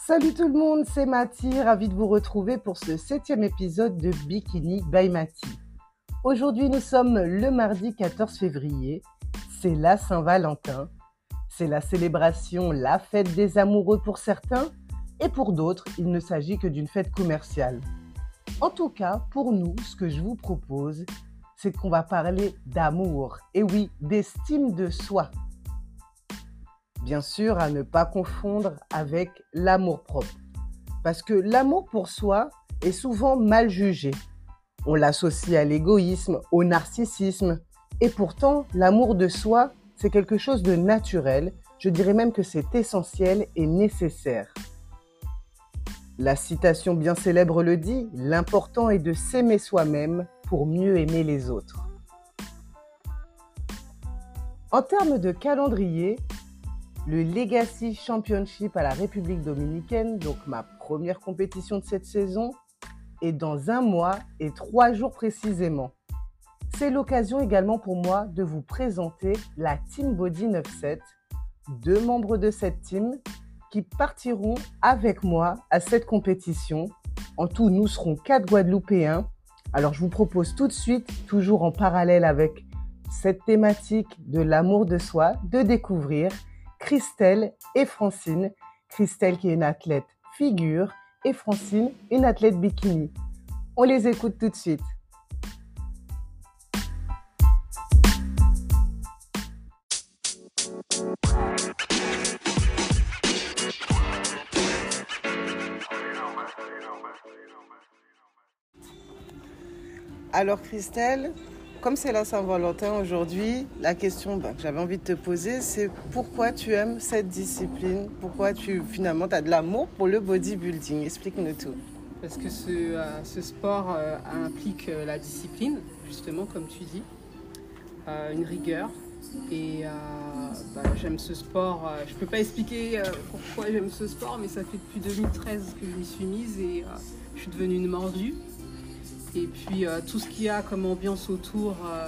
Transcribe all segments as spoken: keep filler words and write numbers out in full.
Salut tout le monde, c'est Mathie, ravie de vous retrouver pour ce septième épisode de Bikini by Mathie. Aujourd'hui, nous sommes le mardi quatorze février, c'est la Saint-Valentin. C'est la célébration, la fête des amoureux pour certains, et pour d'autres, il ne s'agit que d'une fête commerciale. En tout cas, pour nous, ce que je vous propose, c'est qu'on va parler d'amour, et oui, d'estime de soi. Bien sûr, à ne pas confondre avec l'amour-propre. Parce que l'amour pour soi est souvent mal jugé. On l'associe à l'égoïsme, au narcissisme. Et pourtant, l'amour de soi, c'est quelque chose de naturel. Je dirais même que c'est essentiel et nécessaire. La citation bien célèbre le dit, l'important est de s'aimer soi-même pour mieux aimer les autres. En termes de calendrier, le Legacy Championship à la République dominicaine, donc ma première compétition de cette saison, est dans un mois et trois jours précisément. C'est l'occasion également pour moi de vous présenter la Team Body quatre-vingt-sept, deux membres de cette team qui partiront avec moi à cette compétition. En tout, nous serons quatre Guadeloupéens. Alors je vous propose tout de suite, toujours en parallèle avec cette thématique de l'amour de soi, de découvrir Christelle et Francine. Christelle qui est une athlète figure et Francine, une athlète bikini. On les écoute tout de suite. Alors Christelle, comme c'est la Saint-Valentin aujourd'hui, la question bah, que j'avais envie de te poser, c'est pourquoi tu aimes cette discipline? Pourquoi tu finalement tu as de l'amour pour le bodybuilding? Explique-nous tout. Parce que ce, euh, ce sport euh, implique euh, la discipline, justement, comme tu dis, euh, une rigueur. Et euh, bah, j'aime ce sport. Euh, je ne peux pas expliquer euh, pourquoi j'aime ce sport, mais ça fait depuis deux mille treize que je m'y suis mise et euh, je suis devenue une mordue. Et puis euh, tout ce qu'il y a comme ambiance autour, euh,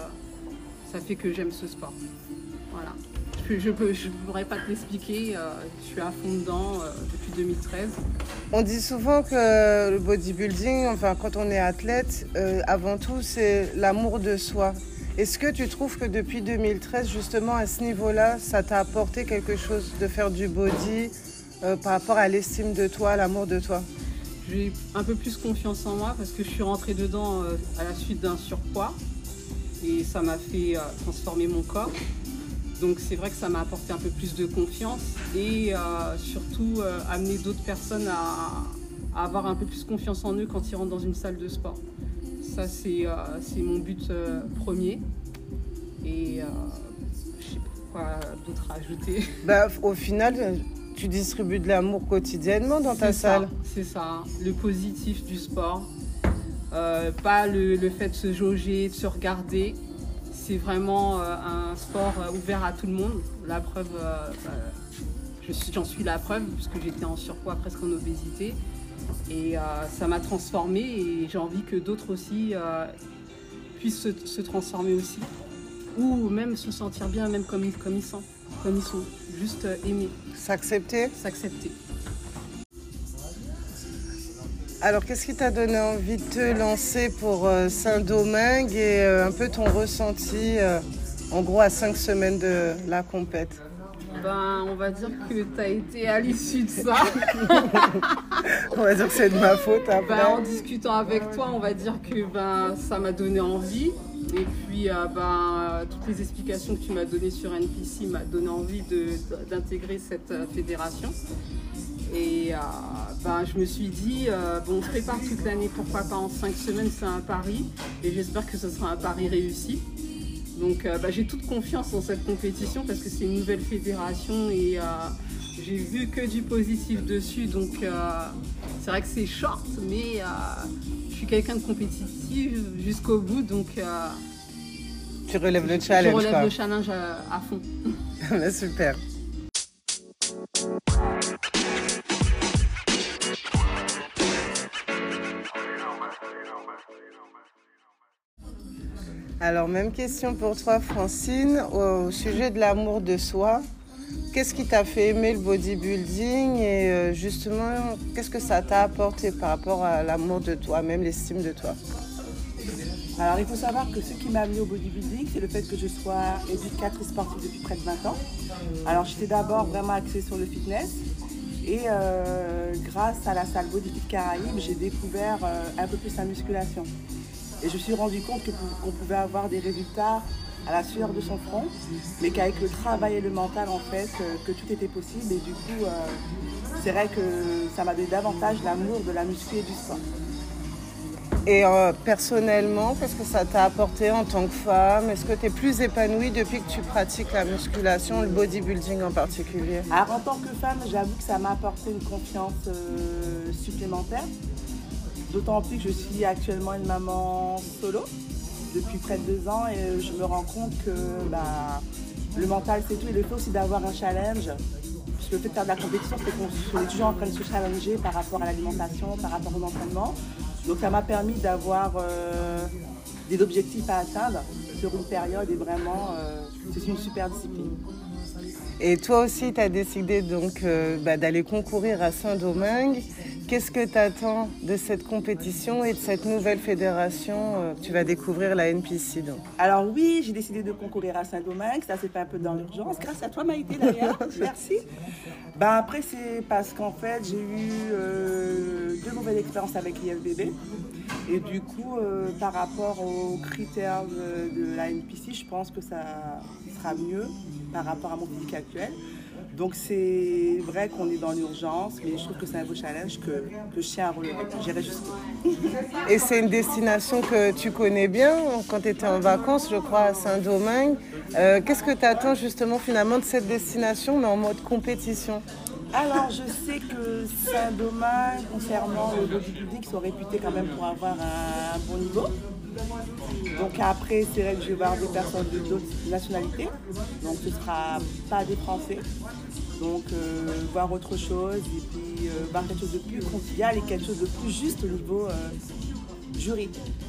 ça fait que j'aime ce sport. Voilà. Je ne pourrais pas te l'expliquer, euh, je suis à fond dedans euh, depuis deux mille treize. On dit souvent que le bodybuilding, enfin quand on est athlète, euh, avant tout c'est l'amour de soi. Est-ce que tu trouves que depuis deux mille treize, justement à ce niveau-là, ça t'a apporté quelque chose de faire du body euh, par rapport à l'estime de toi, l'amour de toi? J'ai un peu plus confiance en moi parce que je suis rentrée dedans euh, à la suite d'un surpoids et ça m'a fait euh, transformer mon corps. Donc c'est vrai que ça m'a apporté un peu plus de confiance et euh, surtout euh, amener d'autres personnes à, à avoir un peu plus confiance en eux quand ils rentrent dans une salle de sport. Ça c'est euh, c'est mon but euh, premier et euh, je sais pas quoi d'autre à ajouter. Bah, au final, tu distribues de l'amour quotidiennement dans ta salle. C'est ça, le positif du sport, euh, pas le, le fait de se jauger, de se regarder. C'est vraiment euh, un sport euh, ouvert à tout le monde. La preuve, euh, bah, je suis, j'en suis la preuve puisque j'étais en surpoids, presque en obésité. Et euh, ça m'a transformée et j'ai envie que d'autres aussi euh, puissent se, se transformer aussi. Ou même se sentir bien, même comme, comme ils sont. Comme ils sont, juste euh, aimer. S'accepter. S'accepter. Alors, qu'est-ce qui t'a donné envie de te lancer pour euh, Saint-Domingue et euh, un peu ton ressenti, euh, en gros, à cinq semaines de la compète? Ben, on va dire que tu as été à l'issue de ça. On va dire que c'est de ma faute après. Ben, en discutant avec toi, on va dire que ben, ça m'a donné envie. Et puis, euh, ben, toutes les explications que tu m'as données sur N P C m'ont donné envie de, d'intégrer cette euh, fédération. Et euh, ben, je me suis dit, euh, bon, on se prépare toute l'année, pourquoi pas en cinq semaines, c'est un pari. Et j'espère que ce sera un pari réussi. Donc euh, ben, j'ai toute confiance dans cette compétition parce que c'est une nouvelle fédération et euh, j'ai vu que du positif dessus. Donc euh, c'est vrai que c'est short, mais euh, je suis quelqu'un de compétitif jusqu'au bout. Donc euh, tu relèves le challenge. Je relève quoi. le challenge à, à fond. Super. Alors, même question pour toi, Francine, au sujet de l'amour de soi. Qu'est-ce qui t'a fait aimer le bodybuilding et euh, justement, qu'est-ce que ça t'a apporté par rapport à l'amour de toi, même l'estime de toi? Alors, il faut savoir que ce qui m'a amené au bodybuilding, c'est le fait que je sois éducatrice sportive depuis près de vingt ans. Alors, j'étais d'abord vraiment axée sur le fitness. Et euh, grâce à la salle Bodyfit Caraïbes, j'ai découvert euh, un peu plus la musculation. Et je me suis rendu compte que, qu'on pouvait avoir des résultats à la sueur de son front, mais qu'avec le travail et le mental, en fait, euh, que tout était possible. Et du coup, euh, c'est vrai que ça m'a donné davantage l'amour de la muscu et du sport. Et euh, personnellement, qu'est-ce que ça t'a apporté en tant que femme? Est-ce que tu es plus épanouie depuis que tu pratiques la musculation, le bodybuilding en particulier? Alors en tant que femme, j'avoue que ça m'a apporté une confiance euh, supplémentaire. D'autant plus que je suis actuellement une maman solo depuis près de deux ans et je me rends compte que bah, le mental c'est tout. Et le fait aussi d'avoir un challenge. Parce que le fait de faire de la compétition, c'est qu'on est toujours en train de se challenger par rapport à l'alimentation, par rapport aux entraînements. Donc ça m'a permis d'avoir euh, des objectifs à atteindre sur une période et vraiment, euh, c'est une super discipline. Et toi aussi, tu as décidé donc euh, bah, d'aller concourir à Saint-Domingue. Qu'est-ce que tu attends de cette compétition et de cette nouvelle fédération euh, que tu vas découvrir, la N P C donc? Alors oui, j'ai décidé de concourir à Saint-Domingue. Ça s'est fait un peu dans l'urgence. Grâce à toi, Maïté, d'ailleurs. Merci. Ben, après, c'est parce qu'en fait, j'ai eu euh, deux mauvaises expériences avec l'I F B B. Et du coup, euh, par rapport aux critères de, de la N P C, je pense que ça sera mieux par rapport à mon physique actuel. Donc c'est vrai qu'on est dans l'urgence, mais je trouve que c'est un beau challenge que, que je tiens à relever. J'irai jusqu'au bout. Et c'est une destination que tu connais bien quand tu étais en vacances, je crois, à Saint-Domingue. Euh, qu'est-ce que tu attends justement finalement de cette destination, mais en mode compétition? Alors je sais que Saint-Domingue, concernant le bodybuilding, sont réputés quand même pour avoir un, un bon niveau. Donc après, c'est vrai que je vais voir des personnes de d'autres nationalités. Donc ce ne sera pas des Français. Donc euh, voir autre chose et puis euh, voir quelque chose de plus convivial et quelque chose de plus juste au niveau euh, jury.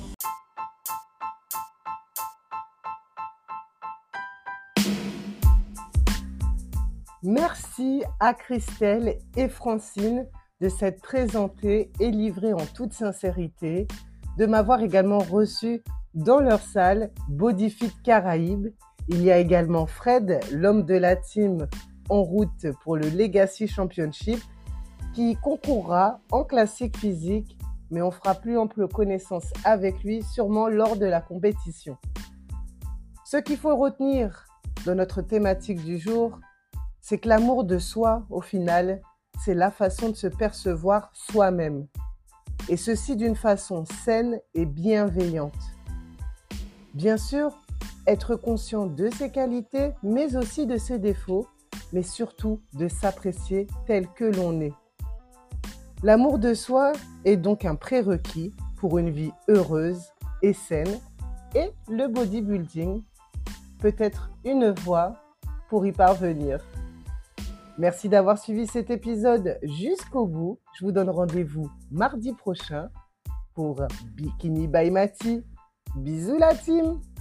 Merci à Christelle et Francine de s'être présentées et livrées en toute sincérité, de m'avoir également reçu dans leur salle Bodyfit Caraïbes. Il y a également Fred, l'homme de la team en route pour le Legacy Championship, qui concourra en classique physique, mais on fera plus ample connaissance avec lui sûrement lors de la compétition. Ce qu'il faut retenir dans notre thématique du jour, c'est que l'amour de soi, au final, c'est la façon de se percevoir soi-même. Et ceci d'une façon saine et bienveillante. Bien sûr, être conscient de ses qualités, mais aussi de ses défauts, mais surtout de s'apprécier tel que l'on est. L'amour de soi est donc un prérequis pour une vie heureuse et saine, et le bodybuilding peut être une voie pour y parvenir. Merci d'avoir suivi cet épisode jusqu'au bout. Je vous donne rendez-vous mardi prochain pour Bikini by Mati. Bisous la team!